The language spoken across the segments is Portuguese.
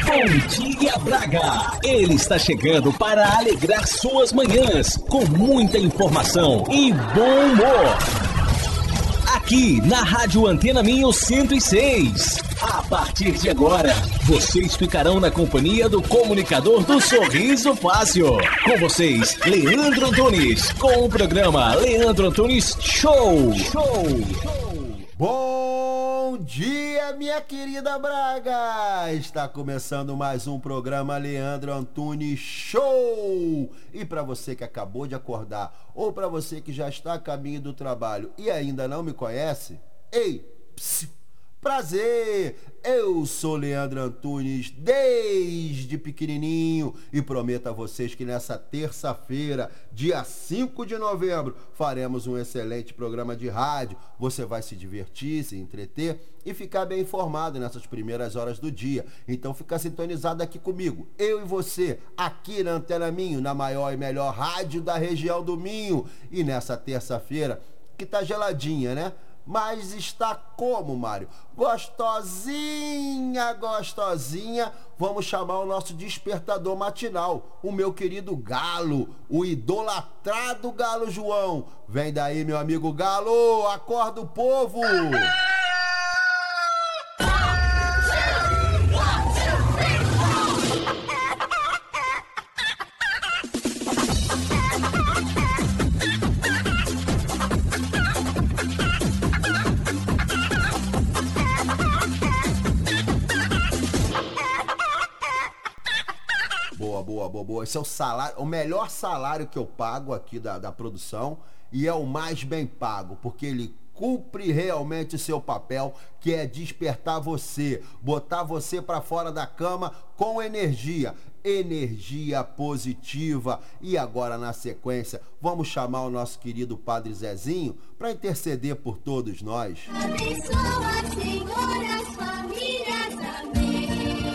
Bom dia, Braga! Ele está chegando para alegrar suas manhãs com muita informação e bom humor. Aqui na Rádio Antena Minho 106. A partir de agora, vocês ficarão na companhia do comunicador do Sorriso Fácil. Com vocês, Leandro Antunes, com o programa Leandro Antunes Show. Bom dia, minha querida Braga! Está começando mais um programa Leandro Antunes Show! E para você que acabou de acordar ou para você que já está a caminho do trabalho e ainda não me conhece, ei, prazer! Eu sou Leandro Antunes desde pequenininho e prometo a vocês que nessa terça-feira, dia 5 de novembro, faremos um excelente programa de rádio. Você vai se divertir, se entreter e ficar bem informado nessas primeiras horas do dia. Então fica sintonizado aqui comigo, eu e você, aqui na Antena Minho, na maior e melhor rádio da região do Minho. E nessa terça-feira, que tá geladinha, né? Mas está como, Mário? Gostosinha, gostosinha. Vamos chamar o nosso despertador matinal, o meu querido Galo, o idolatrado Galo João. Vem daí, meu amigo Galo, acorda o povo! Boa. Esse é o salário, o melhor salário que eu pago aqui da produção e é o mais bem pago, porque ele cumpre realmente o seu papel, que é despertar você, botar você para fora da cama com energia positiva. E agora, na sequência, vamos chamar o nosso querido Padre Zezinho para interceder por todos nós. Abençoa, Senhor, as famílias, amém.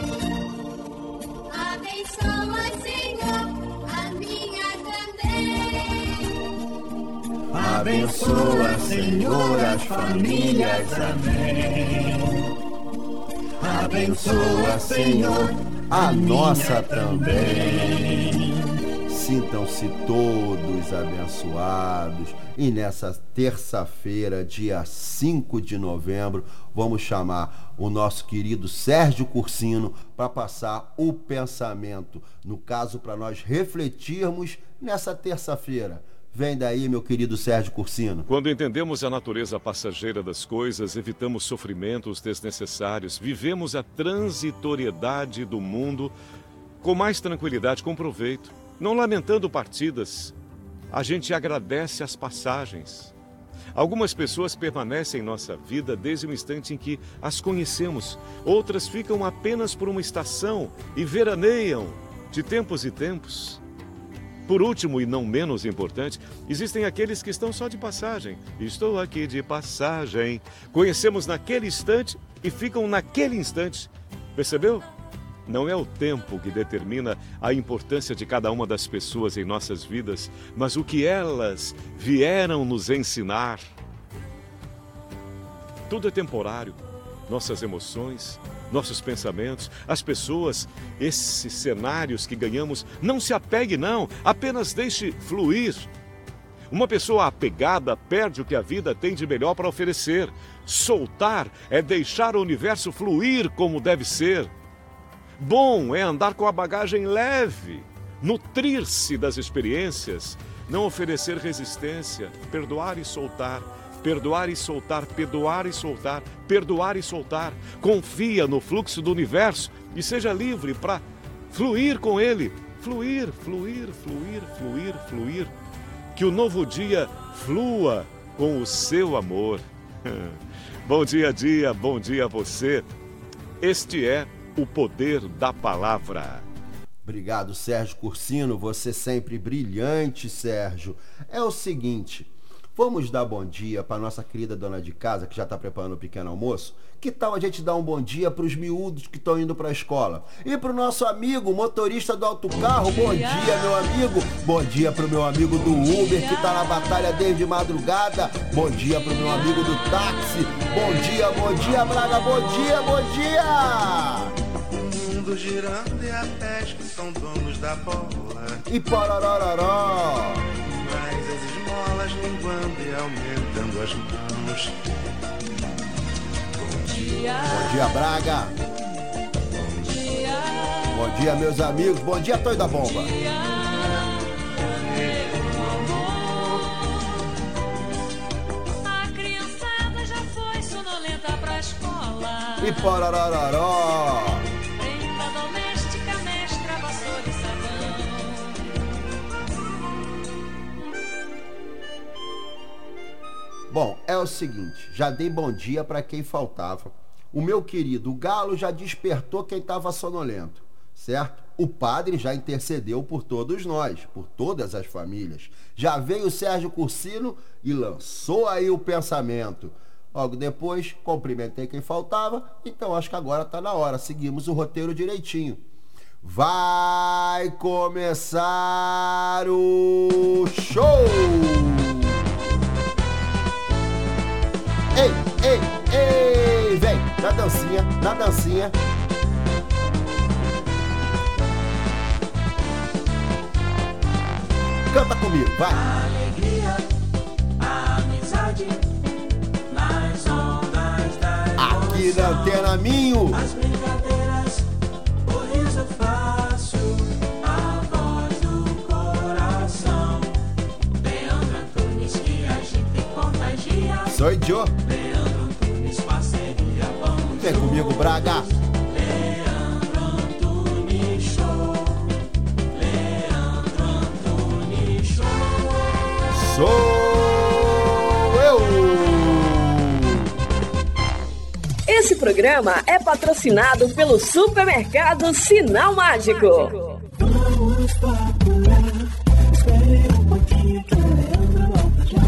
Abençoa, Senhor, a minha também. Abençoa, Senhor, as famílias, amém. Abençoa, Senhor, a nossa também. Sintam-se todos abençoados. E nessa terça-feira, dia 5 de novembro, vamos chamar o nosso querido Sérgio Cursino para passar o pensamento, no caso, para nós refletirmos nessa terça-feira. Vem daí, meu querido Sérgio Cursino. Quando entendemos a natureza passageira das coisas, evitamos sofrimentos desnecessários, vivemos a transitoriedade do mundo com mais tranquilidade, com proveito, não lamentando partidas. A gente agradece as passagens. Algumas pessoas permanecem em nossa vida desde o instante em que as conhecemos. Outras ficam apenas por uma estação e veraneiam de tempos e tempos. Por último, e não menos importante, existem aqueles que estão só de passagem. Estou aqui de passagem. Conhecemos naquele instante e ficam naquele instante. Percebeu? Não é o tempo que determina a importância de cada uma das pessoas em nossas vidas, mas o que elas vieram nos ensinar. Tudo é temporário. Nossas emoções, nossos pensamentos, as pessoas, esses cenários que ganhamos, não se apegue não, apenas deixe fluir. Uma pessoa apegada perde o que a vida tem de melhor para oferecer. Soltar é deixar o universo fluir como deve ser. Bom é andar com a bagagem leve, nutrir-se das experiências, não oferecer resistência, perdoar e soltar. Perdoar e soltar, perdoar e soltar, perdoar e soltar. Confia no fluxo do universo e seja livre para fluir com ele. Fluir. Que o novo dia flua com o seu amor. Bom dia, bom dia a você. Este é o poder da palavra. Obrigado, Sérgio Cursino. Você sempre brilhante, Sérgio. É o seguinte... Vamos dar bom dia para nossa querida dona de casa, que já está preparando o pequeno almoço? Que tal a gente dar um bom dia para os miúdos que estão indo para a escola? E para o nosso amigo, motorista do autocarro, bom dia, meu amigo. Bom dia para o meu amigo do Uber, que está na batalha desde madrugada. Bom dia para o meu amigo do táxi. Bom dia, Braga, bom dia. mundo girando e até que são donos da bola. E parararará. Mas as esmolas linguando e aumentando as mãos. Bom dia, Braga. Bom dia, meus amigos. Bom dia, Toy da Bomba. A criançada já foi sonolenta pra escola. E parararará. Prenda doméstica, mestra, vassoura e sabão. Bom, é o seguinte, já dei bom dia para quem faltava. O meu querido Galo já despertou quem estava sonolento, certo? O padre já intercedeu por todos nós, por todas as famílias. Já veio o Sérgio Cursino e lançou aí o pensamento. Logo depois, cumprimentei quem faltava, então acho que agora está na hora, seguimos o roteiro direitinho. Vai começar o show! Ei, ei, ei, vem, na dancinha, na dancinha. Canta comigo, vai. Alegria, amizade, nas ondas da Aqui na Antena Minho. as brincadeiras, o riso fácil, a voz do coração. Leandro Antunes que agita e contagia. Sou Joe. Leandro Antunes, parceria bom. Vem comigo, Braga. Leandro Antunes Show. Leandro Antunes Show. Sou eu. Esse programa é patrocinado pelo Supermercado Sinal Mágico. Vamos papular, espere um pouquinho que o Leandro volta já.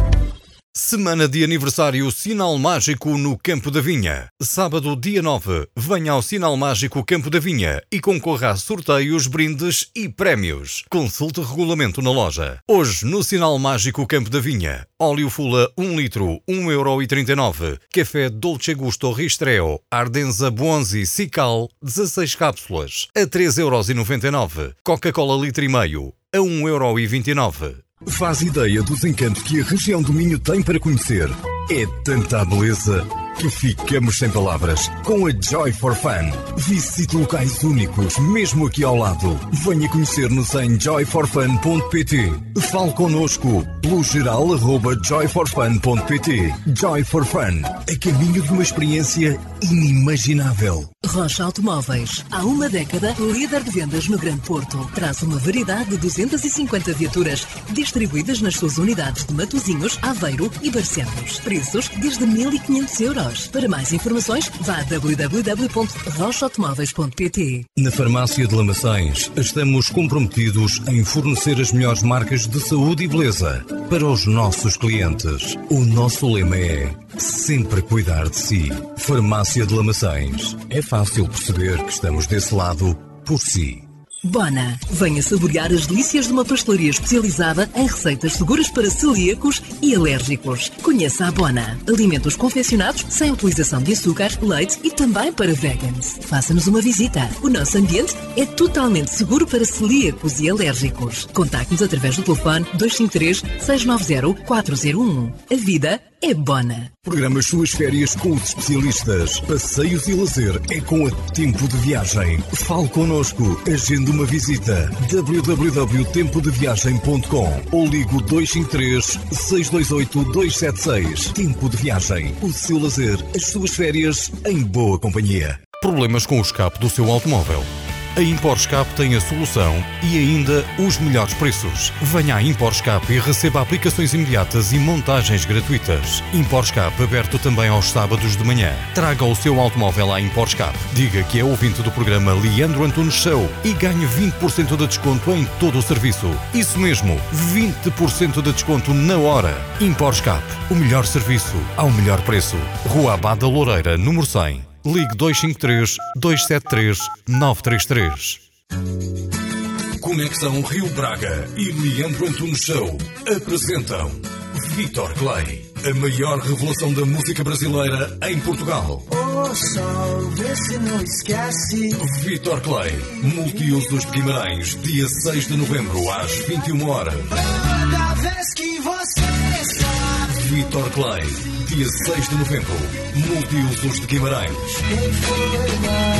Semana de aniversário Sinal Mágico no Campo da Vinha. Sábado, dia 9, venha ao Sinal Mágico Campo da Vinha e concorra a sorteios, brindes e prémios. Consulte regulamento na loja. Hoje, no Sinal Mágico Campo da Vinha, óleo Fula 1 litro, 1,39€. Café Dolce Gusto Ristreo, Ardenza Buonzi Cical, 16 cápsulas, a 3,99€. Coca-Cola litro e meio, a 1,29€. Faz ideia dos encantos que a região do Minho tem para conhecer. É tanta beleza que ficamos sem palavras. Com a Joy for Fun. Visite locais únicos, mesmo aqui ao lado. Venha conhecer-nos em joyforfun.pt. Fale connosco pelo geral@joyforfun.pt. Joy for Fun. A caminho de uma experiência inimaginável. Rocha Automóveis. Há uma década, líder de vendas no Grande Porto. Traz uma variedade de 250 viaturas distribuídas nas suas unidades de Matosinhos, Aveiro e Barcelos. Preços desde 1.500 euros. Para mais informações, vá a www.rochaautomóveis.pt. Na Farmácia de Lamaçães, estamos comprometidos em fornecer as melhores marcas de saúde e beleza para os nossos clientes. O nosso lema é sempre cuidar de si. Farmácia de Lamaçães. É fácil perceber que estamos desse lado por si. Bona. Venha saborear as delícias de uma pastelaria especializada em receitas seguras para celíacos e alérgicos. Conheça a Bona. Alimentos confeccionados sem utilização de açúcar, leite e também para vegans. Faça-nos uma visita. O nosso ambiente é totalmente seguro para celíacos e alérgicos. Contacte-nos através do telefone 253-690-401. A vida é Bona. Programa as suas férias com os especialistas. Passeios e lazer é com a Tempo de Viagem. Fale connosco. Agende uma visita. www.tempodeviagem.com ou ligo 253-628-276. Tempo de Viagem. O seu lazer, as suas férias em boa companhia. Problemas com o escape do seu automóvel? A ImporScape tem a solução e ainda os melhores preços. Venha à ImporScape e receba aplicações imediatas e montagens gratuitas. ImporScape aberto também aos sábados de manhã. Traga o seu automóvel à ImporScape. Diga que é ouvinte do programa Leandro Antunes Show e ganhe 20% de desconto em todo o serviço. Isso mesmo, 20% de desconto na hora. ImporScape, o melhor serviço ao melhor preço. Rua Abada Loureira, número 100. Ligue 253-273-933. Conexão Rio Braga e Leandro Antunes Show apresentam Vitor Clay. A maior revelação da música brasileira em Portugal. Ô sol, vê se não esquece. Vitor Clay, Multiusos de Guimarães, dia 6 de novembro, às 21 horas. Toda vez que você sabe. Vitor Clay, dia 6 de novembro, Multiusos de Guimarães. Quem foi,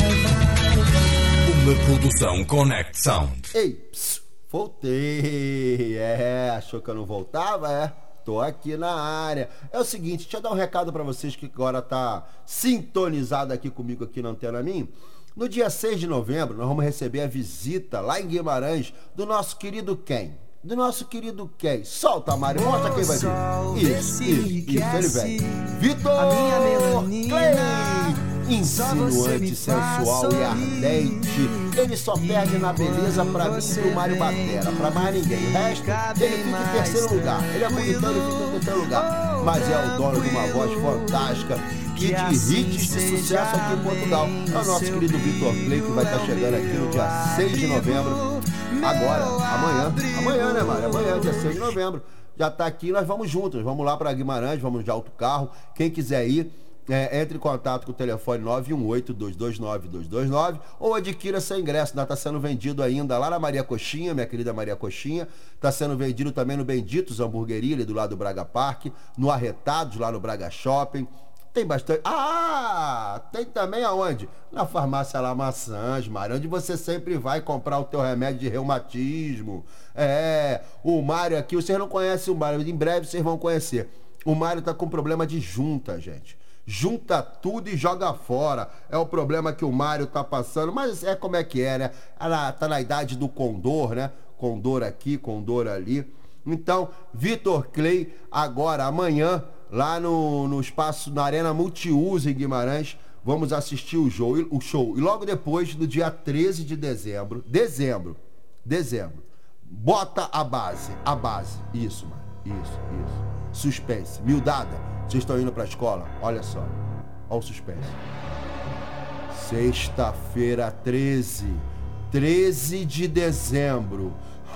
vai. Uma produção Connect Sound. Ei, psiu, voltei. Achou que eu não voltava, Tô aqui na área. É o seguinte, deixa eu dar um recado pra vocês que agora tá sintonizado aqui comigo aqui na Antena Min. No dia 6 de novembro, nós vamos receber a visita lá em Guimarães do nosso querido Ken. Do nosso querido Ken. Solta, Mário, mostra quem vai vir. Isso, ele vem. Vitor Clay. Insinuante, sensual e ardente. Ele só perde na beleza pra mim e pro Mário Batera, pra mais ninguém. O resto, ele fica em terceiro lugar. Ele é bonitão, ele fica em terceiro lugar. Mas é o dono de uma voz fantástica e de hits de sucesso aqui em Portugal. É o nosso querido Vitor Clay, que vai estar chegando aqui no dia 6 de novembro. Agora, amanhã, né, Mário? Amanhã, dia 6 de novembro. Já tá aqui, nós vamos juntos. Vamos lá pra Guimarães, vamos de autocarro. Quem quiser ir, entre em contato com o telefone 918-229-229 ou adquira seu ingresso. Está sendo vendido ainda lá na Maria Coxinha, minha querida Maria Coxinha. Está sendo vendido também no Benditos Hamburgueria, ali do lado do Braga Parque, no Arretados, lá no Braga Shopping. Tem bastante. Tem também aonde? Na farmácia La Maçãs, Mário, onde você sempre vai comprar o teu remédio de reumatismo. O Mário aqui, vocês não conhecem o Mário, em breve vocês vão conhecer. O Mário tá com problema de junta, gente. Junta tudo e joga fora. É o problema que o Mário tá passando. Mas é como é que é, né? Tá na idade do condor, né? Condor aqui, condor ali. Então, Vitor Clay, agora, amanhã, lá no espaço, na Arena Multiuso em Guimarães, vamos assistir o show. E logo depois, no dia 13 de dezembro, bota a base. Isso, mano. Isso. Suspense. Miudada. Vocês estão indo pra escola? Olha só. Olha o suspense. Sexta-feira 13 de dezembro.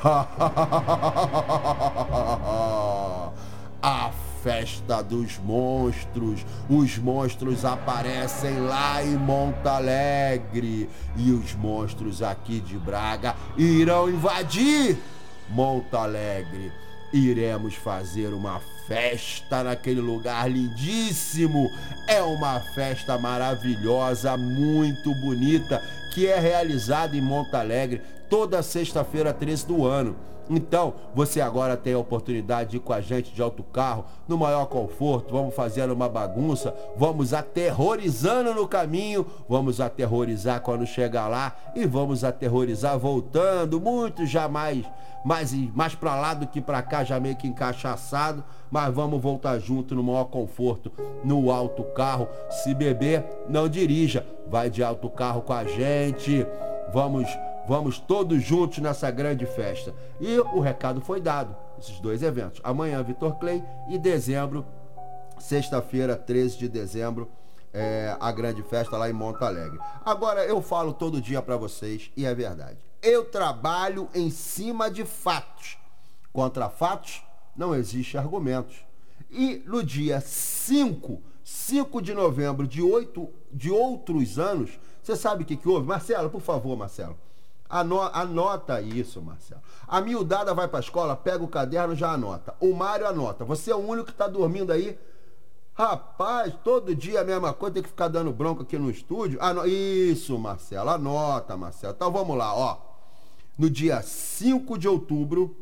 A festa dos monstros. Os monstros aparecem lá em Monte Alegre. E os monstros aqui de Braga irão invadir Monte Alegre. Iremos fazer uma festa naquele lugar lindíssimo. É uma festa maravilhosa, muito bonita, que é realizada em Monte Alegre toda sexta-feira 13 do ano. Então, você agora tem a oportunidade de ir com a gente de autocarro, no maior conforto, vamos fazendo uma bagunça, vamos aterrorizando no caminho, vamos aterrorizar quando chegar lá e vamos aterrorizar voltando, muito já mais pra lá do que pra cá, já meio que encaixaçado, mas vamos voltar junto no maior conforto, no autocarro. Se beber, não dirija, vai de autocarro com a gente, vamos todos juntos nessa grande festa. E o recado foi dado, esses dois eventos. Amanhã, Vitor Clay, e dezembro, sexta-feira, 13 de dezembro, a grande festa lá em Monte Alegre. Agora, eu falo todo dia pra vocês, e é verdade. Eu trabalho em cima de fatos. Contra fatos, não existe argumentos. E no dia 5 de novembro de outros anos, você sabe o que houve? Marcelo, por favor, Marcelo. Anota isso, Marcelo. A miudada vai pra escola, pega o caderno, já anota. O Mário anota. Você é o único que tá dormindo aí. Rapaz, todo dia a mesma coisa, tem que ficar dando bronca aqui no estúdio. Isso, Marcelo, anota, Marcelo. Então vamos lá, ó. No dia 5 de outubro,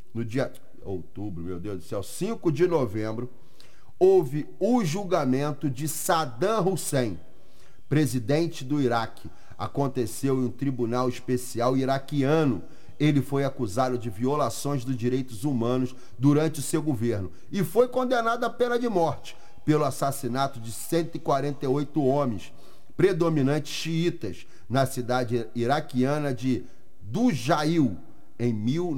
meu Deus do céu, 5 de novembro, houve o julgamento de Saddam Hussein, presidente do Iraque. Aconteceu em um tribunal especial iraquiano. Ele foi acusado de violações dos direitos humanos durante o seu governo e foi condenado à pena de morte pelo assassinato de 148 homens, predominantes xiitas, na cidade iraquiana de Dujail, em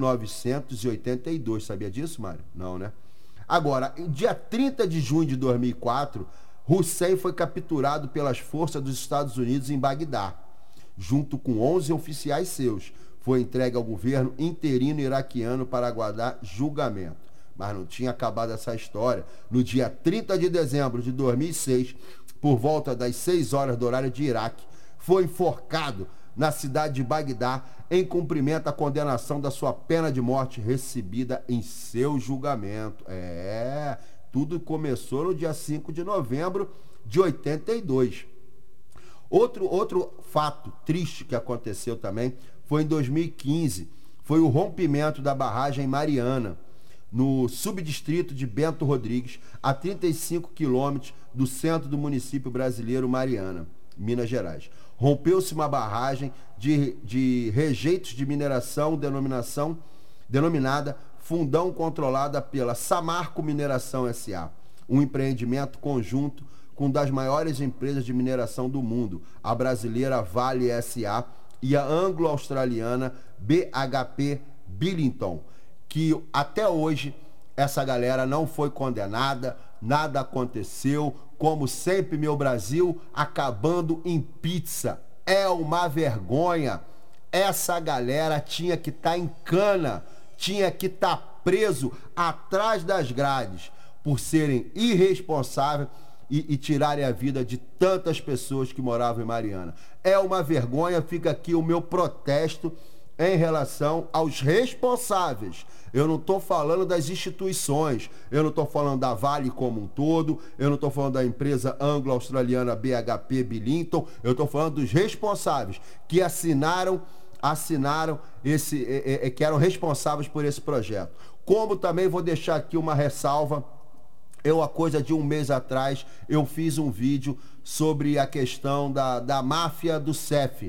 1982. Sabia disso, Mário? Não, né? Agora, dia 30 de junho de 2004, Hussein foi capturado pelas forças dos Estados Unidos em Bagdá, junto com 11 oficiais seus. Foi entregue ao governo interino iraquiano para aguardar julgamento. Mas não tinha acabado essa história. No dia 30 de dezembro de 2006, por volta das 6 horas do horário de Iraque, foi enforcado na cidade de Bagdá em cumprimento à condenação da sua pena de morte recebida em seu julgamento. Tudo começou no dia 5 de novembro de 82. Outro fato triste que aconteceu também foi em 2015. Foi o rompimento da barragem Mariana, no subdistrito de Bento Rodrigues, a 35 quilômetros do centro do município brasileiro Mariana, Minas Gerais. Rompeu-se uma barragem de rejeitos de mineração denominada Fundão, controlada pela Samarco Mineração S.A., um empreendimento conjunto com das maiores empresas de mineração do mundo, a brasileira Vale S.A. e a anglo-australiana BHP Billiton, que até hoje essa galera não foi condenada, nada aconteceu, como sempre, meu Brasil, acabando em pizza. É uma vergonha. Essa galera tinha que estar em cana, tinha que estar preso atrás das grades por serem irresponsáveis e tirarem a vida de tantas pessoas que moravam em Mariana. É uma vergonha, fica aqui o meu protesto em relação aos responsáveis. Eu não estou falando das instituições, eu não estou falando da Vale como um todo, eu não estou falando da empresa anglo-australiana BHP Billiton, eu estou falando dos responsáveis que assinaram que eram responsáveis por esse projeto. Como também vou deixar aqui uma ressalva, há coisa de um mês atrás, eu fiz um vídeo sobre a questão da máfia do CEF,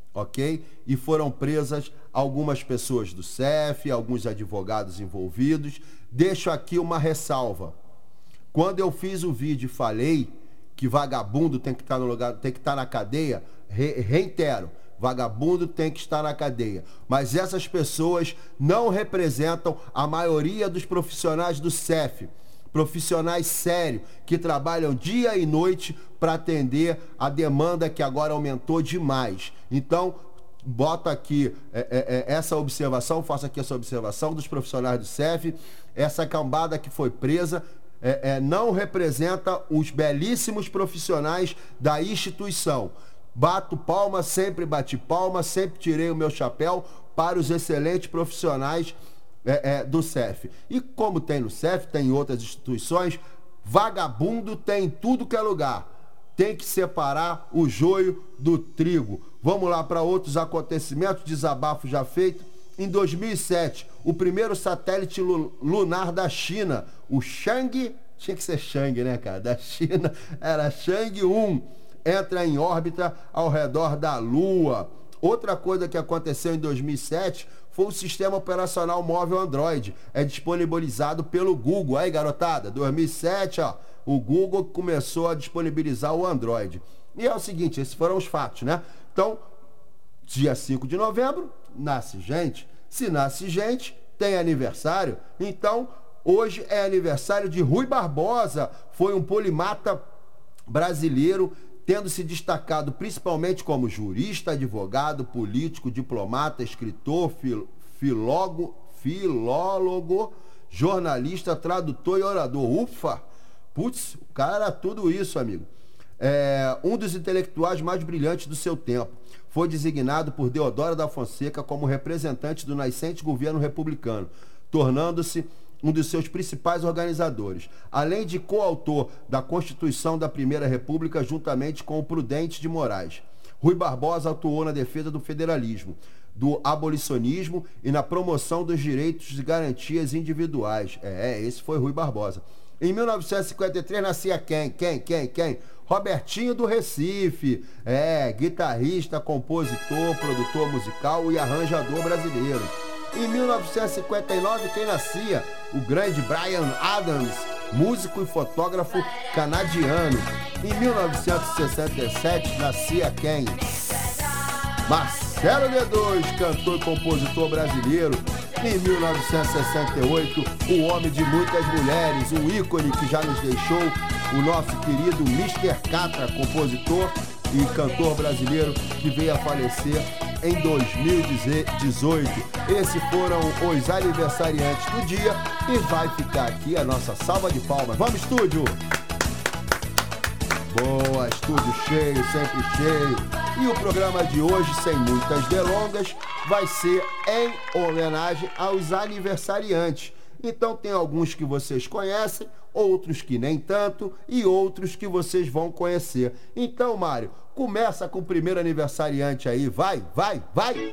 ok? E foram presas algumas pessoas do CEF, alguns advogados envolvidos. Deixo aqui uma ressalva. Quando eu fiz o vídeo e falei que vagabundo tem que estar no lugar, tem que estar na cadeia, reitero, vagabundo tem que estar na cadeia. Mas essas pessoas não representam a maioria dos profissionais do CEF. Profissionais sérios, que trabalham dia e noite para atender a demanda que agora aumentou demais. Então, boto aqui essa observação, faço aqui essa observação dos profissionais do CEF. Essa cambada que foi presa não representa os belíssimos profissionais da instituição. Bato palma, sempre bati palma, sempre tirei o meu chapéu para os excelentes profissionais do CEF. E como tem no CEF, tem em outras instituições, vagabundo tem em tudo que é lugar. Tem que separar o joio do trigo. Vamos lá para outros acontecimentos, desabafo já feito. Em 2007, o primeiro satélite lunar da China, o Chang'e, tinha que ser Chang'e, né, cara? Da China, era Chang'e 1, entra em órbita ao redor da Lua. Outra coisa que aconteceu em 2007 foi o sistema operacional móvel Android. É disponibilizado pelo Google. Aí, garotada, 2007, ó, o Google começou a disponibilizar o Android. E é o seguinte, esses foram os fatos, né? Então, dia 5 de novembro, nasce gente. Se nasce gente, tem aniversário. Então, hoje é aniversário de Rui Barbosa. Foi um polimata brasileiro, tendo se destacado principalmente como jurista, advogado, político, diplomata, escritor, filólogo, jornalista, tradutor e orador. Ufa! Putz, o cara era tudo isso, amigo. Um dos intelectuais mais brilhantes do seu tempo. Foi designado por Deodoro da Fonseca como representante do nascente governo republicano, tornando-se um dos seus principais organizadores, além de coautor da Constituição da Primeira República, juntamente com o Prudente de Moraes. Rui Barbosa atuou na defesa do federalismo, do abolicionismo e na promoção dos direitos e garantias individuais. Esse foi Rui Barbosa. Em 1953 nascia quem? Robertinho do Recife, guitarrista, compositor, produtor musical e arranjador brasileiro. Em 1959, quem nascia? O grande Bryan Adams, músico e fotógrafo canadiano. Em 1967, nascia quem? Marcelo D2, cantor e compositor brasileiro. Em 1968, o homem de muitas mulheres, um ícone que já nos deixou, o nosso querido Mr. Catra, compositor e cantor brasileiro que veio a falecer em 2018. Esses foram os aniversariantes do dia e vai ficar aqui a nossa salva de palmas. Vamos, estúdio! Boa, estúdio cheio, sempre cheio. E o programa de hoje, sem muitas delongas, vai ser em homenagem aos aniversariantes. Então tem alguns que vocês conhecem, outros que nem tanto e outros que vocês vão conhecer. Então, Mário, começa com o primeiro aniversariante aí. Vai, vai, vai!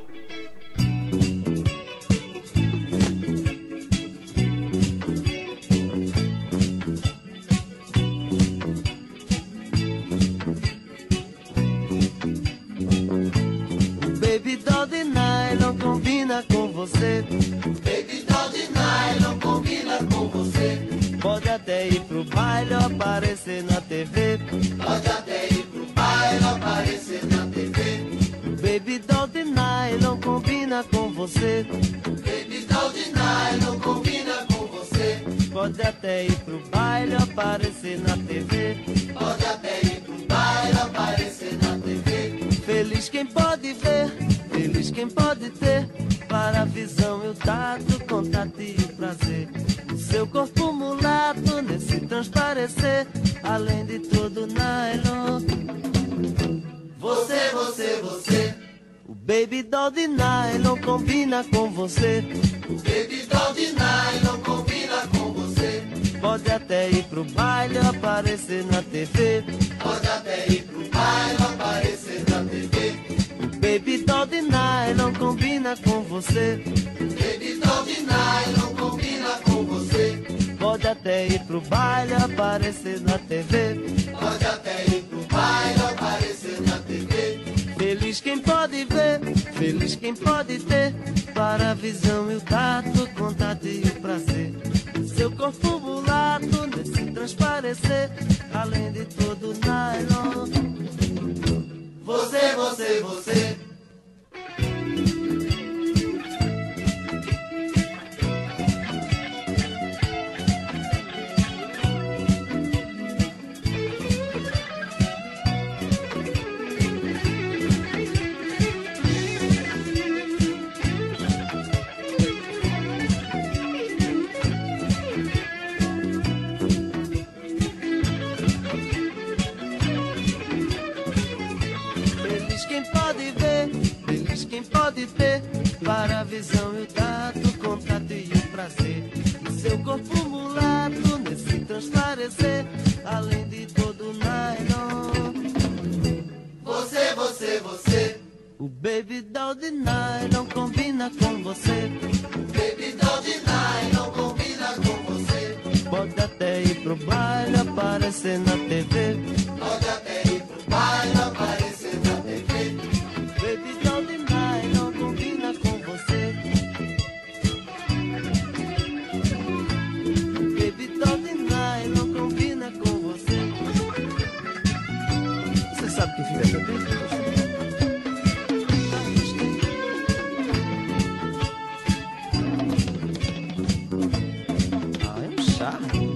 Baby doll de nylon combina com você. Baby doll de nylon combina com você. Pode até ir pro baile ou aparecer na TV. Pode até ir pro baile ou aparecer na TV. Baby doll de nylon combina com você. Baby doll de nylon combina com você. Pode até ir pro baile ou aparecer na TV. Pode até ir pro baile ou aparecer na TV. Feliz quem pode ver, feliz quem pode ter, para a visão e o tato, contato e o prazer. O seu corpo mulato nesse transparecer, além de todo nylon. Você, você, você. O baby doll de nylon combina com você. O baby doll de nylon combina com você. Pode até ir pro baile ou aparecer na TV. Pode até ir pro baile ou aparecer na TV. O baby doll de nylon combina com você. O baby doll de nylon combina com você. Pode até ir pro baile ou aparecer na TV. Pode até ir pro baile ou aparecer na TV. Feliz quem pode ver, feliz quem pode ter, para a visão e o tato, contato e o prazer. Seu corpo mulato nesse transparecer, além de todo nylon. Você, você, você. Pode ter, para a visão e o tato, contato e o prazer. O seu corpo mulato nesse transparecer, além de todo nylon. Você, você, você. O baby doll de nylon combina com você. O baby doll de nylon combina com você. Pode até ir pro baile, aparecer na TV. Pode até ir pro baile, aparecer na TV. Baby doll de nylon combina com você. Baby doll de nylon combina com você. Você sabe que fica também? Ah, é um charme.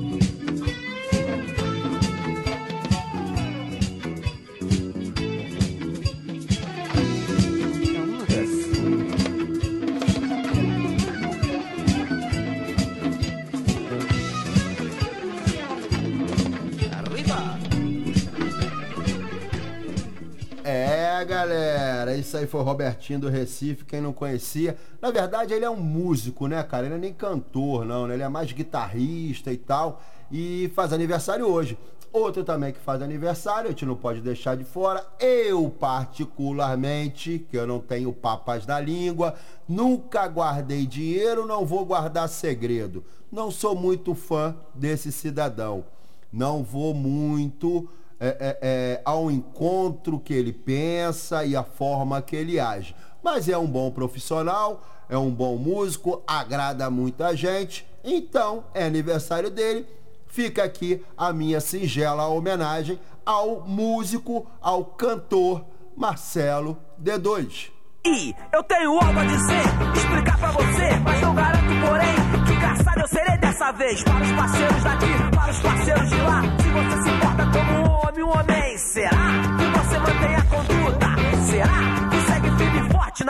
Galera, isso aí foi o Robertinho do Recife, quem não conhecia. Na verdade, ele é um músico, né, cara? Ele não é nem cantor, não, né? Ele é mais guitarrista e tal. E faz aniversário hoje. Outro também que faz aniversário, a gente não pode deixar de fora. Eu, particularmente, que eu não tenho papas na língua, nunca guardei dinheiro, não vou guardar segredo. Não sou muito fã desse cidadão. Não vou muito ao encontro que ele pensa e a forma que ele age. Mas é um bom profissional, é um bom músico, agrada muita gente. Então, é aniversário dele. Fica aqui a minha singela homenagem ao músico, ao cantor Marcelo D2. E eu tenho algo a dizer, explicar pra você, mas não garanto, porém, que engraçado eu serei dessa vez. Para os parceiros daqui, para os parceiros de lá, se você se importa como um homem, será que você mantém a conduta? Será que segue firme e forte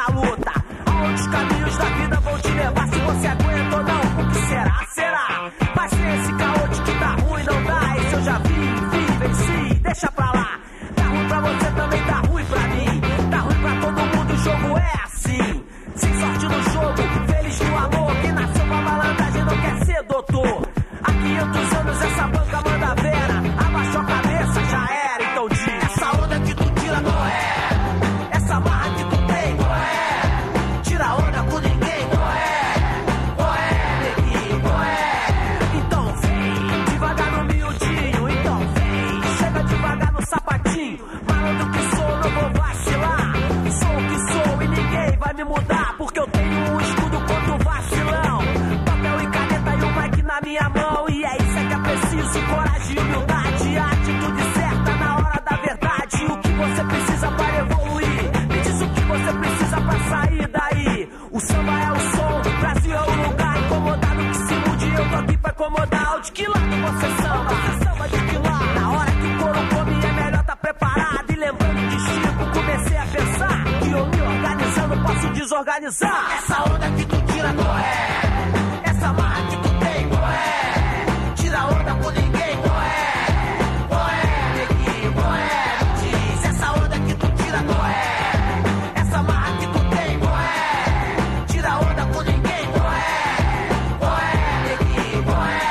organizar. Essa onda que tu tira qual é? Essa marra que tu tem qual é? Tira onda com ninguém qual é? Qual é, neguinho, qual é? Diz, essa onda que tu tira qual é? Essa marra que tu tem qual é? Tira onda com ninguém qual é? Qual é, neguinho, qual é?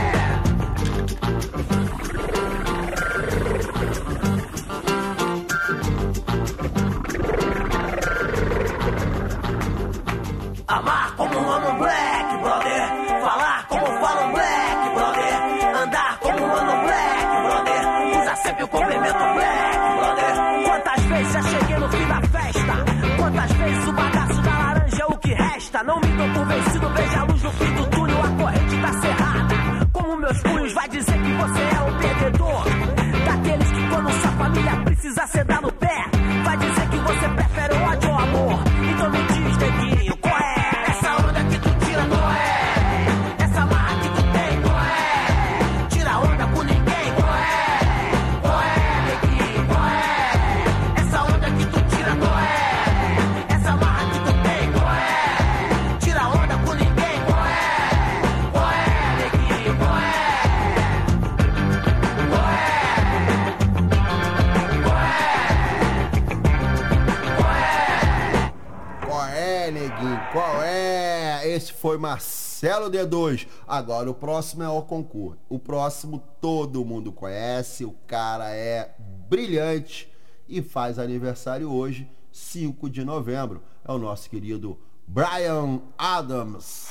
Amar como amo black, brother. Falar como falam black, brother. Andar como ando black, brother. Usa sempre o complemento black, brother. Quantas vezes já cheguei no fim da festa? Quantas vezes o bagaço da laranja é o que resta? Não me dou por vencido, veja a luz no fim do túnel. A corrente tá cerrada. Como meus punhos vai dizer que você é o perdedor? Daqueles que quando sua família precisa sedar no pé, vai dizer que você prefere o ódio ou amor. Então me diz, neguinho, qual é? Essa onda que tu tira qual é? Essa marra que tu tem qual é? Tira onda com ninguém qual é? Qual é, neguinho, qual é? Essa onda que tu tira qual é? Essa marra que tu tem qual é? Tira onda com ninguém qual é? Qual é, neguinho, qual é? Qual é? Qual é, neguinho? Qual é? Esse foi Marcelo D2. Agora o próximo é o concurso. O próximo todo mundo conhece. O cara é brilhante e faz aniversário hoje, 5 de novembro. É o nosso querido Bryan Adams.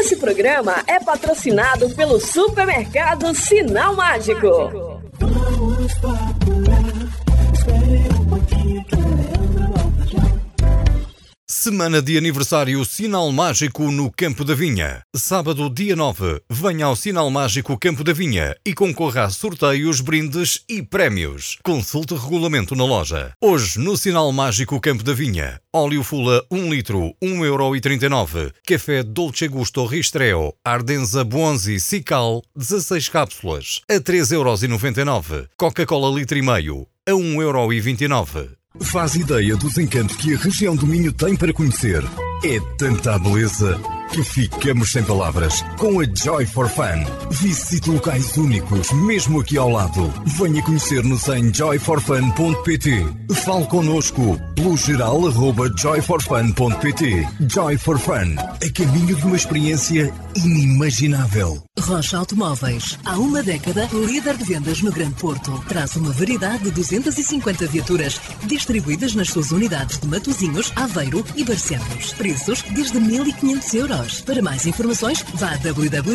Esse programa é patrocinado pelo Supermercado Sinal Mágico. Vamos Popular, espere um pouquinho que Leandro volta já. Semana de aniversário Sinal Mágico no Campo da Vinha. Sábado, dia 9, venha ao Sinal Mágico Campo da Vinha e concorra a sorteios, brindes e prémios. Consulte o regulamento na loja. Hoje, no Sinal Mágico Campo da Vinha, óleo Fula 1 litro, 1,39€. Café Dolce Gusto Ristreo, Ardenza Buonzi Cical, 16 cápsulas, a 3,99€. Coca-Cola litro e meio, a 1,29€. Faz ideia dos encantos que a região do Minho tem para conhecer. É tanta beleza que ficamos sem palavras. Com a Joy for Fun, visite locais únicos, mesmo aqui ao lado. Venha conhecer-nos em joyforfun.pt. Fale connosco pelo geral@joyforfun.pt. Joy for Fun, a caminho de uma experiência inimaginável. Rocha Automóveis, há uma década, líder de vendas no Grande Porto. Traz uma variedade de 250 viaturas distribuídas nas suas unidades de Matosinhos, Aveiro e Barcelos. Preços desde 1.500€. Para mais informações, vá a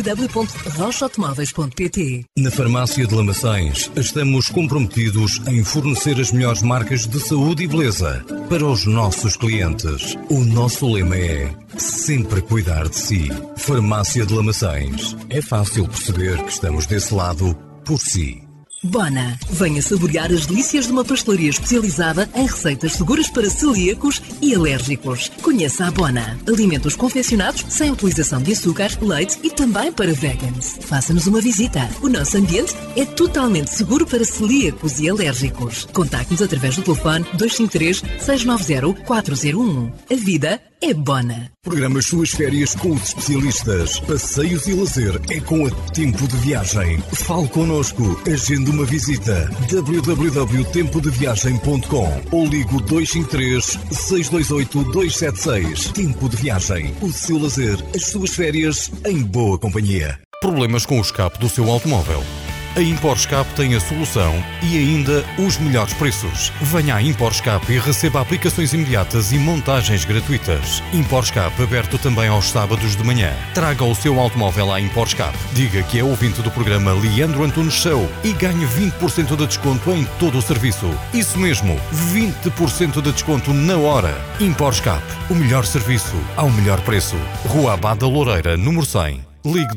www.rochaautomóveis.pt. Na Farmácia de Lamaçães, estamos comprometidos em fornecer as melhores marcas de saúde e beleza para os nossos clientes. O nosso lema é sempre cuidar de si. Farmácia de Lamaçães. É fácil perceber que estamos desse lado por si. Bona, venha saborear as delícias de uma pastelaria especializada em receitas seguras para celíacos e alérgicos. Conheça a Bona. Alimentos confeccionados sem utilização de açúcar, leite e também para vegans. Faça-nos uma visita. O nosso ambiente é totalmente seguro para celíacos e alérgicos. Contacte-nos através do telefone 253-690-401. A vida é Bona. Programa as suas férias com os especialistas. Passeios e lazer é com a Tempo de Viagem. Fale connosco. Agende uma visita. www.tempodeviagem.com ou ligo 253-628-276. Tempo de Viagem. O seu lazer, as suas férias em boa companhia. Problemas com o escape do seu automóvel? A ImporScape tem a solução e ainda os melhores preços. Venha à ImporScape e receba aplicações imediatas e montagens gratuitas. ImporScape aberto também aos sábados de manhã. Traga o seu automóvel à ImporScape. Diga que é ouvinte do programa Leandro Antunes Show e ganhe 20% de desconto em todo o serviço. Isso mesmo, 20% de desconto na hora. ImporScape, o melhor serviço ao melhor preço. Rua Abad da Loureira, número 100. Ligue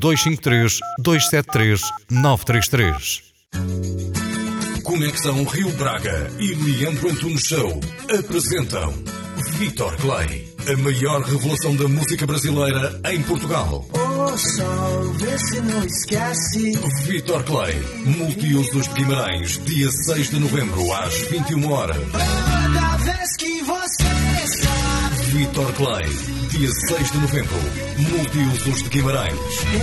253-273-933. Conexão Rio Braga e Leandro Antunes Show apresentam Vitor Clay, a maior revelação da música brasileira em Portugal. Ô sol, vê se não esquece. Vitor Clay, Multiusos de Guimarães, dia 6 de novembro, às 21 horas. Toda vez que você está. Vitor Clay, dia 6 de novembro, Multiusos de Guimarães.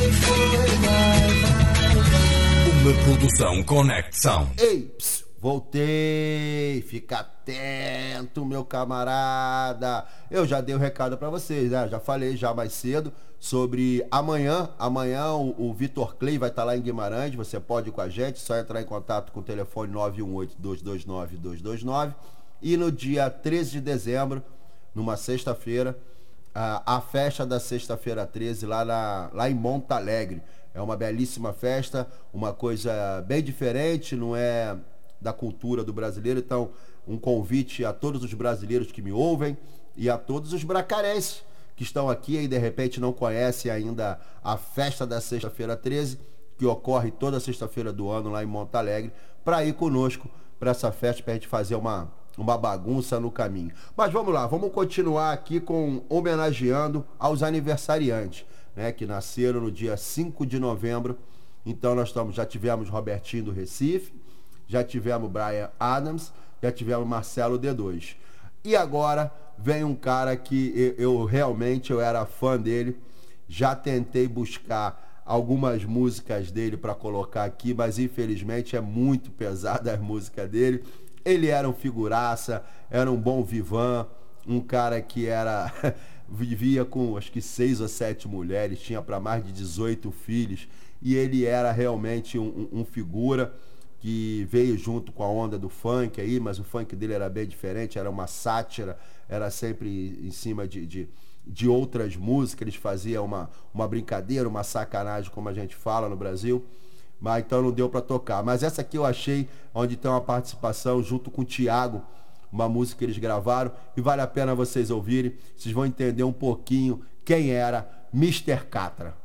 Uma produção Connect Sound. Ei, voltei. Fica atento, meu camarada. Eu já dei o recado pra vocês, né? Já falei já mais cedo sobre amanhã. Amanhã o Vitor Clay vai estar lá em Guimarães. Você pode ir com a gente, só entrar em contato com o telefone 918-229-229. E no dia 13 de dezembro, numa sexta-feira, a festa da sexta-feira 13 lá em Monte Alegre. É uma belíssima festa, uma coisa bem diferente, não é da cultura do brasileiro. Então, um convite a todos os brasileiros que me ouvem e a todos os bracarenses que estão aqui e de repente não conhecem ainda a festa da sexta-feira 13, que ocorre toda sexta-feira do ano lá em Monte Alegre, para ir conosco para essa festa, para a gente fazer uma bagunça no caminho. Mas vamos lá, vamos continuar aqui homenageando aos aniversariantes, né, que nasceram no dia 5 de novembro. Então já tivemos Robertinho do Recife, já tivemos Brian Adams, já tivemos Marcelo D2. E agora vem um cara que eu realmente era fã dele, já tentei buscar algumas músicas dele para colocar aqui, mas infelizmente é muito pesada a música dele. Ele era um figuraça, era um bom vivan, um cara que vivia com acho que 6 ou 7 mulheres, tinha para mais de 18 filhos, e ele era realmente um figura que veio junto com a onda do funk aí, mas o funk dele era bem diferente, era uma sátira, era sempre em cima de de outras músicas, eles faziam uma brincadeira, uma sacanagem, como a gente fala no Brasil, mas então não deu para tocar. Mas essa aqui eu achei, onde tem uma participação junto com o Thiago, uma música que eles gravaram, e vale a pena vocês ouvirem, vocês vão entender um pouquinho quem era Mr. Catra.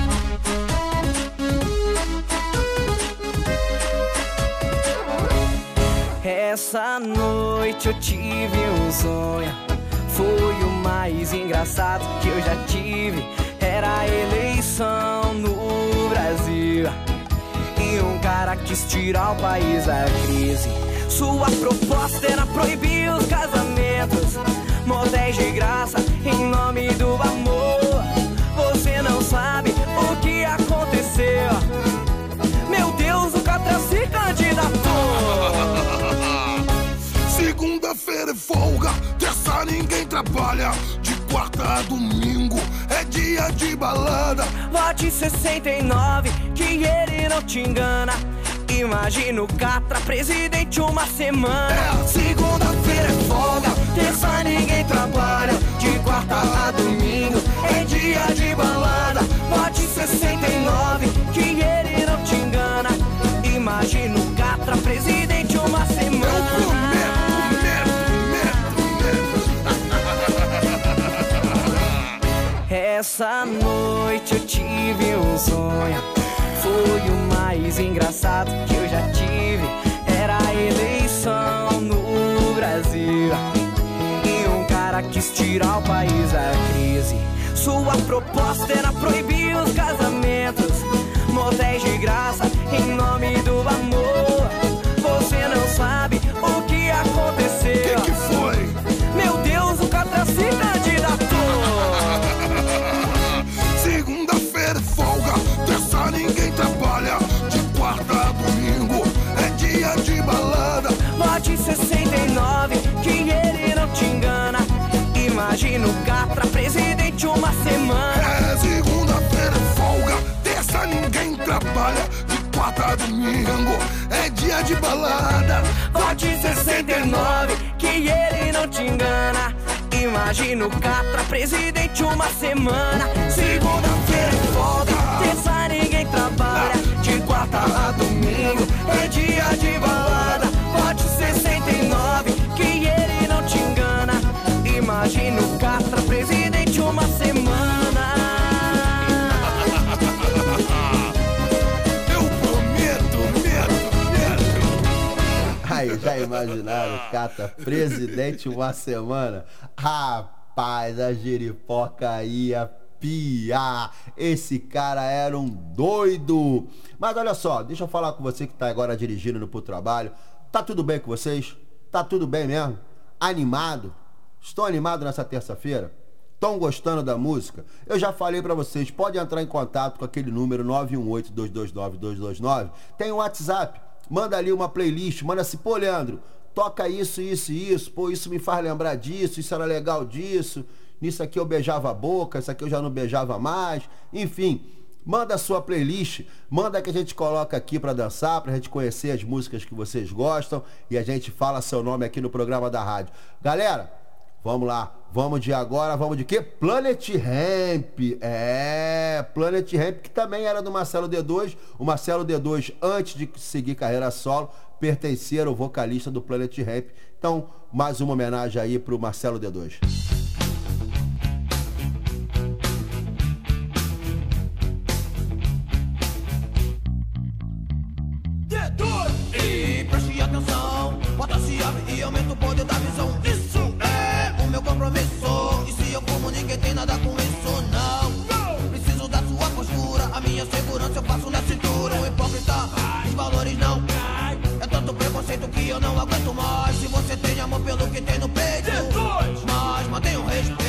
Essa noite eu tive um sonho, foi o mais engraçado que eu já tive. Era a eleição no Brasil e um cara quis tirar o país da crise. Sua proposta era proibir os casamentos, motéis de graça em nome do amor. Você não sabe o que aconteceu. Meu Deus, o Catra se candidatou. Segunda-feira é folga, terça ninguém trabalha, de quarta a domingo é dia de balada. Vote 69, que ele não te engana. Imagina o Catra presidente uma semana. Segunda-feira é folga, terça ninguém trabalha, de quarta a domingo é dia de balada. Vote 69, que ele não te engana. Imagina o Catra presidente uma semana. Essa noite eu tive um sonho, foi o mais engraçado que eu já tive. Era a eleição no Brasil e um cara quis tirar o país da crise. Sua proposta era proibir os casamentos, motéis de graça em nome do amor. Você não sabe o que aconteceu. Que foi? Meu Deus, o Catra se candidatou. Segunda-feira é folga, terça ninguém trabalha, de quarta a domingo é dia de balada. Vote 69, que ele não te engana. Imagina o Catra presidente uma semana. Segunda-feira é folga, terça ninguém trabalha, de quarta a domingo é dia de balada. Vote 69, que ele não te engana. Imagina o Catra presidente uma semana. Segunda-feira é folga, terça ninguém trabalha, de quarta a domingo é dia de balada. Vote 69, que ele não te engana. Imagina o Catra presidente uma semana. Eu prometo. Aí, já imaginaram, Catra presidente uma semana? Rapaz, a giripoca ia piar. Esse cara era um doido. Mas olha só, deixa eu falar com você que tá agora dirigindo pro trabalho. Tá tudo bem com vocês? Tá tudo bem mesmo? Animado? Estou animado nessa terça-feira? Estão gostando da música? Eu já falei pra vocês, pode entrar em contato com aquele número 918-229-229. Tem um WhatsApp, manda ali uma playlist, manda assim, pô, Leandro, toca isso, pô, isso me faz lembrar disso, isso era legal disso, nisso aqui eu beijava a boca, isso aqui eu já não beijava mais, enfim, manda a sua playlist, manda que a gente coloca aqui pra dançar, pra gente conhecer as músicas que vocês gostam e a gente fala seu nome aqui no programa da rádio. Galera, vamos lá, vamos de agora, vamos de quê? Planet Hemp, Planet Hemp, que também era do Marcelo D2, o Marcelo D2, antes de seguir carreira solo, pertencia ao vocalista do Planet Hemp. Então, mais uma homenagem aí pro Marcelo D2. E preste atenção, bota-se abre e aumenta o poder da visão. Isso é o meu compromisso. E se eu fumo, ninguém tem nada com isso, não. Preciso da sua postura, a minha segurança eu passo na cintura. O hipócrita, os valores não. É tanto preconceito que eu não aguento mais. Se você tem amor pelo que tem no peito, mas mantenha o respeito.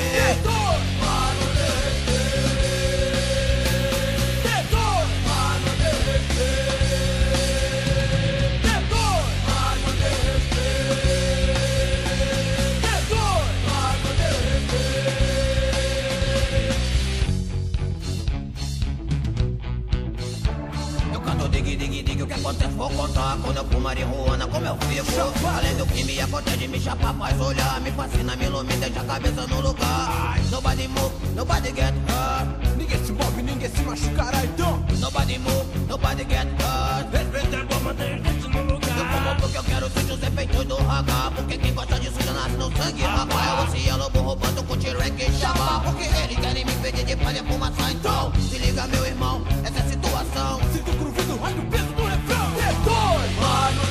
Quando digue, o que acontece vou contar. Quando eu fumo marihuana, como eu fico. Além do que me acontece de me chapar, faz olhar. Me fascina, me ilumina, deixa a cabeça no lugar. Nobody move, nobody get hurt. Ninguém se move, ninguém se machucará então. Nobody move, nobody get hurt. Respeita a bomba, deixa no lugar. Eu fumo porque eu quero sentir os efeitos do raga. Porque quem gosta disso já nasce no sangue, rapaz. Eu ouço lobo roubando com tireque e chapa. Porque eles querem me impedir de fazer fumaça. Então, se liga meu irmão, essa é a situação. Sinto o groove do rádio, peso do refrão. D2, mano,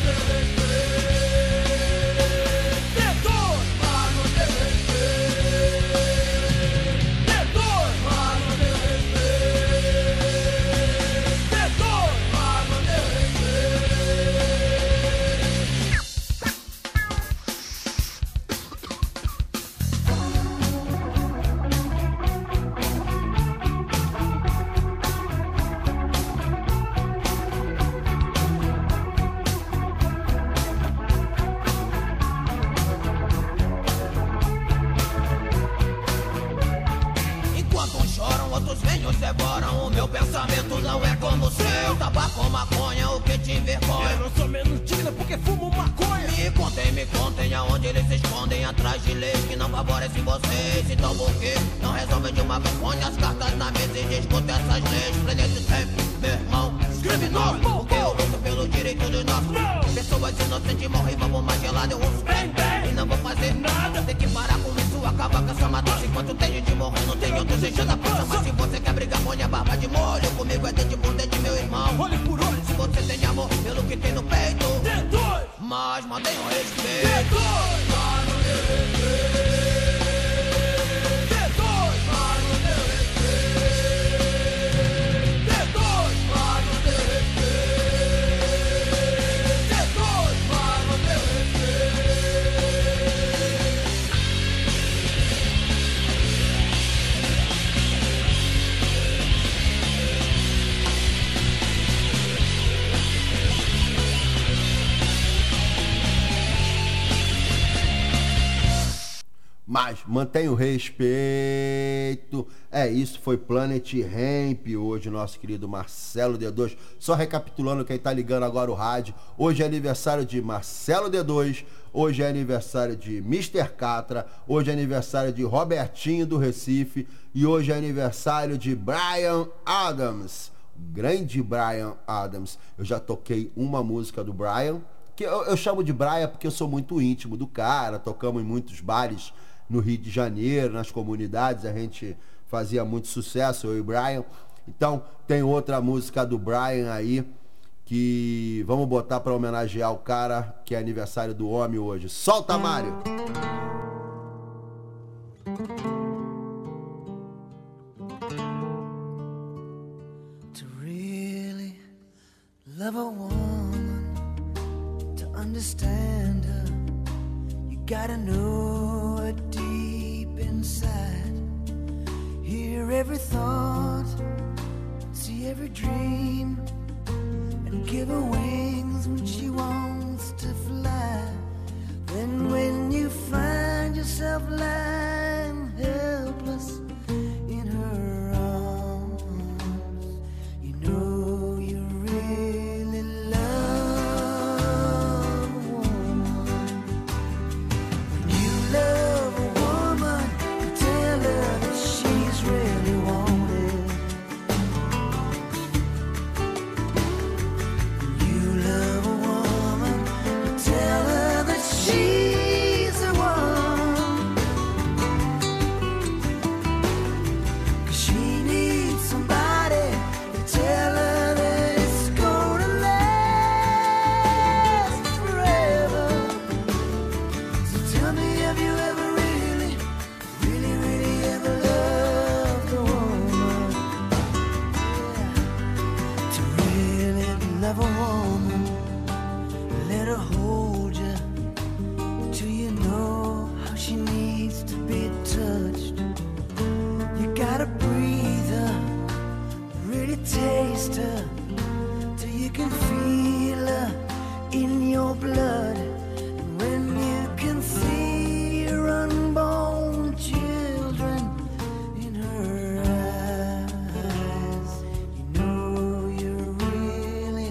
devoram, o meu pensamento não é como o seu. Tabaco ou maconha, o que te envergonha? Eu não sou menos digna porque fumo maconha. Me contem aonde eles se escondem atrás de leis que não favorecem vocês. Então por que não resolvem de uma vez? Põe as cartas na mesa e discutem essas leis. Planeta sempre, meu irmão, escreve nós. Porque eu luto pelo direito dos nossos. Pessoas inocentes morrem, vamos mais gelado, eu uso e não vou fazer nada. Tem que parar com isso, acabar com essa matança. Enquanto tem gente morrendo, tem outros enchendo a pança. Mas se você quer brigar, põe a barba de molho. Comigo é dente por dente, meu irmão. Olho por olho. Se você tem amor pelo que tem no peito, D2, mas mantenha o respeito. D2, mano, D2. Mas mantenha o respeito. É isso, foi Planet Hemp hoje, nosso querido Marcelo D2. Só recapitulando quem tá ligando agora o rádio. Hoje é aniversário de Marcelo D2. Hoje é aniversário de Mr. Catra. Hoje é aniversário de Robertinho do Recife. E hoje é aniversário de Bryan Adams. Grande Bryan Adams. Eu já toquei uma música do Bryan, que eu chamo de Bryan porque eu sou muito íntimo do cara. Tocamos em muitos bares no Rio de Janeiro, nas comunidades, a gente fazia muito sucesso, eu e o Bryan. Então, tem outra música do Bryan aí, que vamos botar para homenagear o cara, que é aniversário do homem hoje. Solta, Mário! To really love a woman, to understand her, you gotta know her deep inside. Hear every thought, see every dream, and give her wings when she wants to fly. Then when you find yourself lying helpless in her arms, you know you really love a woman. When you love a woman, you tell her that she's really wanted. When you love a woman, you tell her that she's the one. 'Cause she needs somebody to tell her that it's gonna last forever. So tell me, have you ever really, really, really ever loved a woman? Yeah. To really love a woman, let her hold you till you know how she needs to be touched. You gotta breathe her, really taste her, till you can feel her in your blood. And when you can see your unborn children in her eyes, you know you really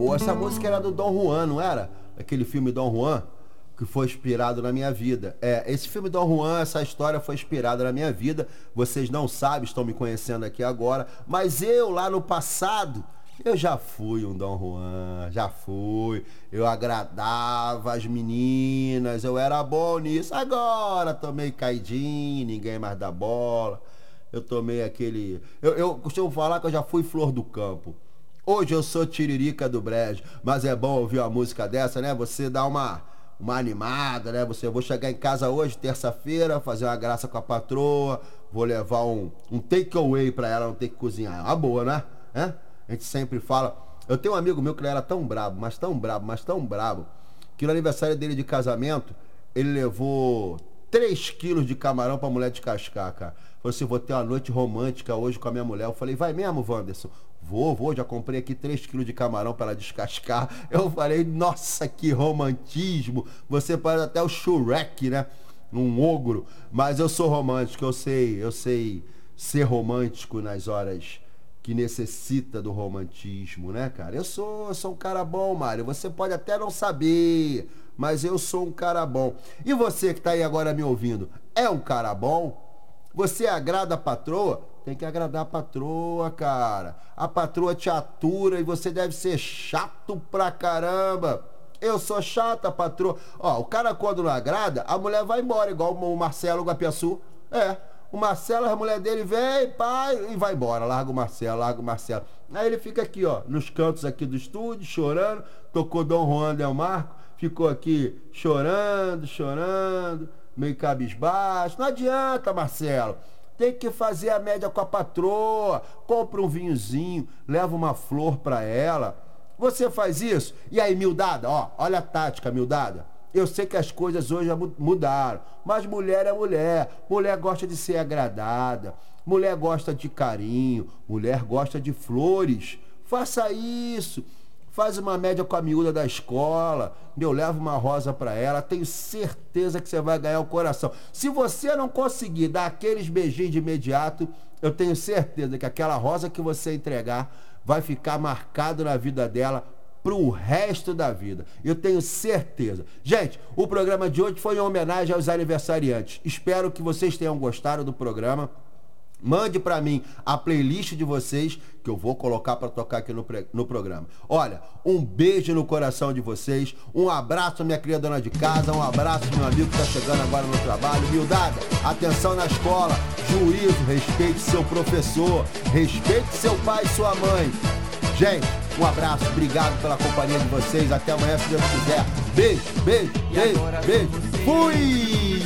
boa. Essa música era do Dom Juan, não era? Aquele filme Dom Juan, que foi inspirado na minha vida. Esse filme Dom Juan, essa história foi inspirada na minha vida. Vocês não sabem, estão me conhecendo aqui agora. Mas eu, lá no passado, eu já fui um Dom Juan, já fui. Eu agradava as meninas, eu era bom nisso. Agora tomei caidinho, ninguém mais dá bola. Eu tomei aquele... Eu costumo falar que eu já fui flor do campo. Hoje eu sou tiririca do brejo. Mas é bom ouvir uma música dessa, né? Você dá uma animada, né? Eu vou chegar em casa hoje, terça-feira, fazer uma graça com a patroa. Vou levar um take-away pra ela, não ter que cozinhar. Uma boa, né? A gente sempre fala... Eu tenho um amigo meu que ele era tão brabo, mas tão brabo, que no aniversário dele de casamento, ele levou 3 quilos de camarão pra mulher descascar, cara. Falou assim, vou ter uma noite romântica hoje com a minha mulher. Eu falei, vai mesmo, Wanderson? Vou, já comprei aqui 3 quilos de camarão pra ela descascar. Eu falei, nossa, que romantismo. Você parece até o Shrek, né? Um ogro. Mas eu sou romântico, eu sei ser romântico nas horas que necessita do romantismo, né, cara? Eu sou um cara bom, Mário. Você pode até não saber, mas eu sou um cara bom. E você que tá aí agora me ouvindo, é um cara bom? Você agrada a patroa? Tem que agradar a patroa, cara. A patroa te atura e você deve ser chato pra caramba. Eu sou chata, patroa. Ó, o cara quando não agrada, a mulher vai embora, igual o Marcelo Guapiaçu. O Marcelo, a mulher dele vem, pai, e vai embora. Larga o Marcelo. Aí ele fica aqui, ó, nos cantos aqui do estúdio, chorando. Tocou Dom Juan Del Marco, ficou aqui chorando, meio cabisbaixo. Não adianta, Marcelo. Tem que fazer a média com a patroa. Compra um vinhozinho, leva uma flor pra ela. Você faz isso? E aí, Mildada, ó, olha a tática, Mildada. Eu sei que as coisas hoje mudaram, mas mulher é mulher. Mulher gosta de ser agradada. Mulher gosta de carinho. Mulher gosta de flores. Faça isso. Faz uma média com a miúda da escola. Leva uma rosa pra ela. Tenho certeza que você vai ganhar o coração. Se você não conseguir dar aqueles beijinhos de imediato, eu tenho certeza que aquela rosa que você entregar vai ficar marcado na vida dela pro resto da vida. Eu tenho certeza. Gente, o programa de hoje foi em homenagem aos aniversariantes. Espero que vocês tenham gostado do programa. Mande pra mim a playlist de vocês, que eu vou colocar pra tocar aqui no programa. Olha, um beijo no coração de vocês. Um abraço, minha querida dona de casa. Um abraço, meu amigo que tá chegando agora no trabalho. Mildada, atenção na escola. Juízo, respeite seu professor. Respeite seu pai e sua mãe. Gente, um abraço, obrigado pela companhia de vocês. Até amanhã, se Deus quiser. Beijo. Fui!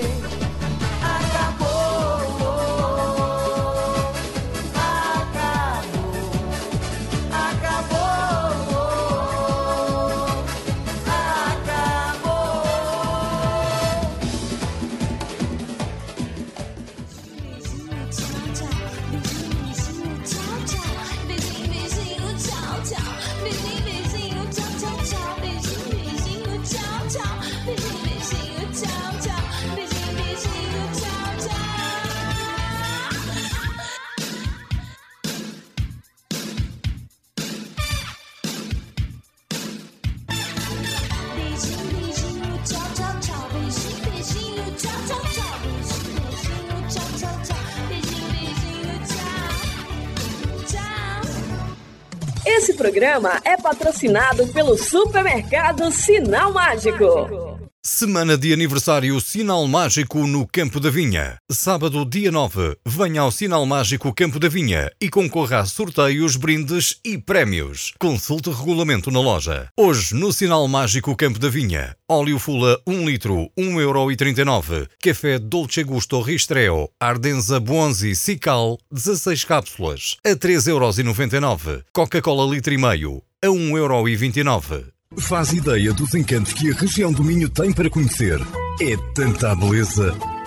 Esse programa é patrocinado pelo Supermercado Sinal Mágico. Semana de aniversário Sinal Mágico no Campo da Vinha. Sábado, dia 9, venha ao Sinal Mágico Campo da Vinha e concorra a sorteios, brindes e prémios. Consulte regulamento na loja. Hoje, no Sinal Mágico Campo da Vinha, óleo Fula 1 litro, 1,39€. Café Dolce Gusto Ristreo, Ardenza Buonzi Cical, 16 cápsulas, a 3,99€. Coca-Cola litro e meio, a 1,29€. Faz ideia dos encantos que a região do Minho tem para conhecer. É tanta beleza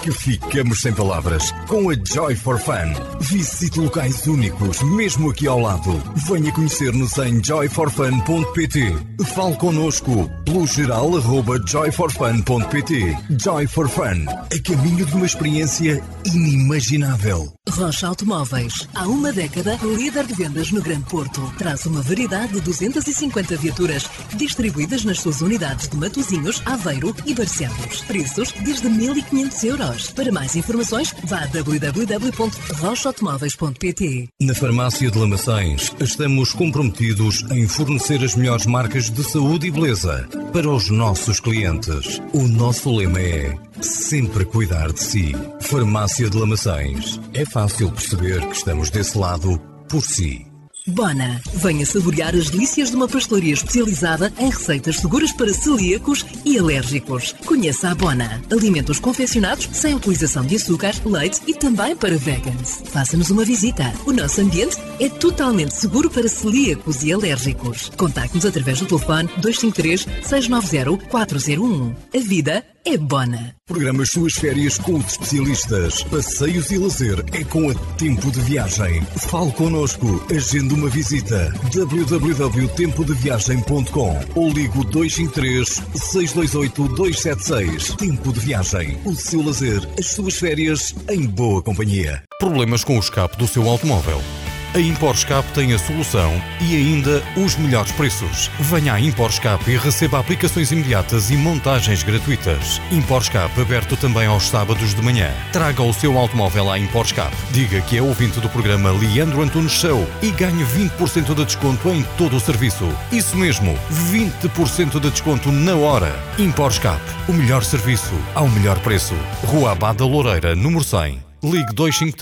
que ficamos sem palavras. Com a Joy for Fun. Visite locais únicos, mesmo aqui ao lado. Venha conhecer-nos em joyforfun.pt. Fale connosco pelo geral@joyforfun.pt. Joy for Fun, a caminho de uma experiência inimaginável. Rocha Automóveis, há uma década, líder de vendas no Grande Porto. Traz uma variedade de 250 viaturas, distribuídas nas suas unidades de Matosinhos, Aveiro e Barcelos. Preços desde 1.500 euros. Para mais informações, vá a www.rochaautomóveis.pt. Na Farmácia de Lamaçães, estamos comprometidos em fornecer as melhores marcas de saúde e beleza para os nossos clientes. O nosso lema é sempre cuidar de si. Farmácia de Lamaçães. É fácil perceber que estamos desse lado por si. Bona, venha saborear as delícias de uma pastelaria especializada em receitas seguras para celíacos e alérgicos. Conheça a Bona. Alimentos confeccionados sem utilização de açúcar, leite e também para vegans. Faça-nos uma visita. O nosso ambiente é totalmente seguro para celíacos e alérgicos. Contacte-nos através do telefone 253-690-401. A vida é Bona. Programa as suas férias com os especialistas. Passeios e lazer é com a Tempo de Viagem. Fale connosco. Agende uma visita. www.tempodeviagem.com ou ligo 253-628-276. Tempo de Viagem. O seu lazer, as suas férias em boa companhia. Problemas com o escape do seu automóvel? A ImporScape tem a solução e ainda os melhores preços. Venha à ImporScape e receba aplicações imediatas e montagens gratuitas. ImporScape aberto também aos sábados de manhã. Traga o seu automóvel à ImporScape. Diga que é ouvinte do programa Leandro Antunes Show e ganhe 20% de desconto em todo o serviço. Isso mesmo, 20% de desconto na hora. ImporScape, o melhor serviço ao melhor preço. Rua Abada Loureira, número 100. Ligue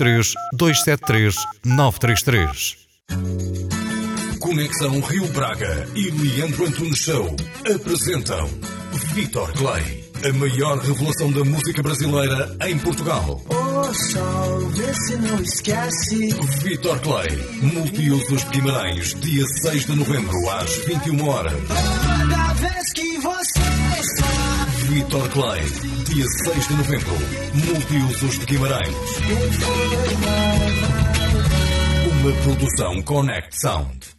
253-273-933. Conexão Rio Braga e Leandro Antunes Show apresentam Vitor Clay, a maior revelação da música brasileira em Portugal. Ô sol, vê se não esquece. Vitor Clay, Multiusos de Guimarães, dia 6 de novembro, às 21 horas. Toda vez que você está. Vitor Clay, dia 6 de novembro, Multiusos de Guimarães. Uma produção Connect Sound.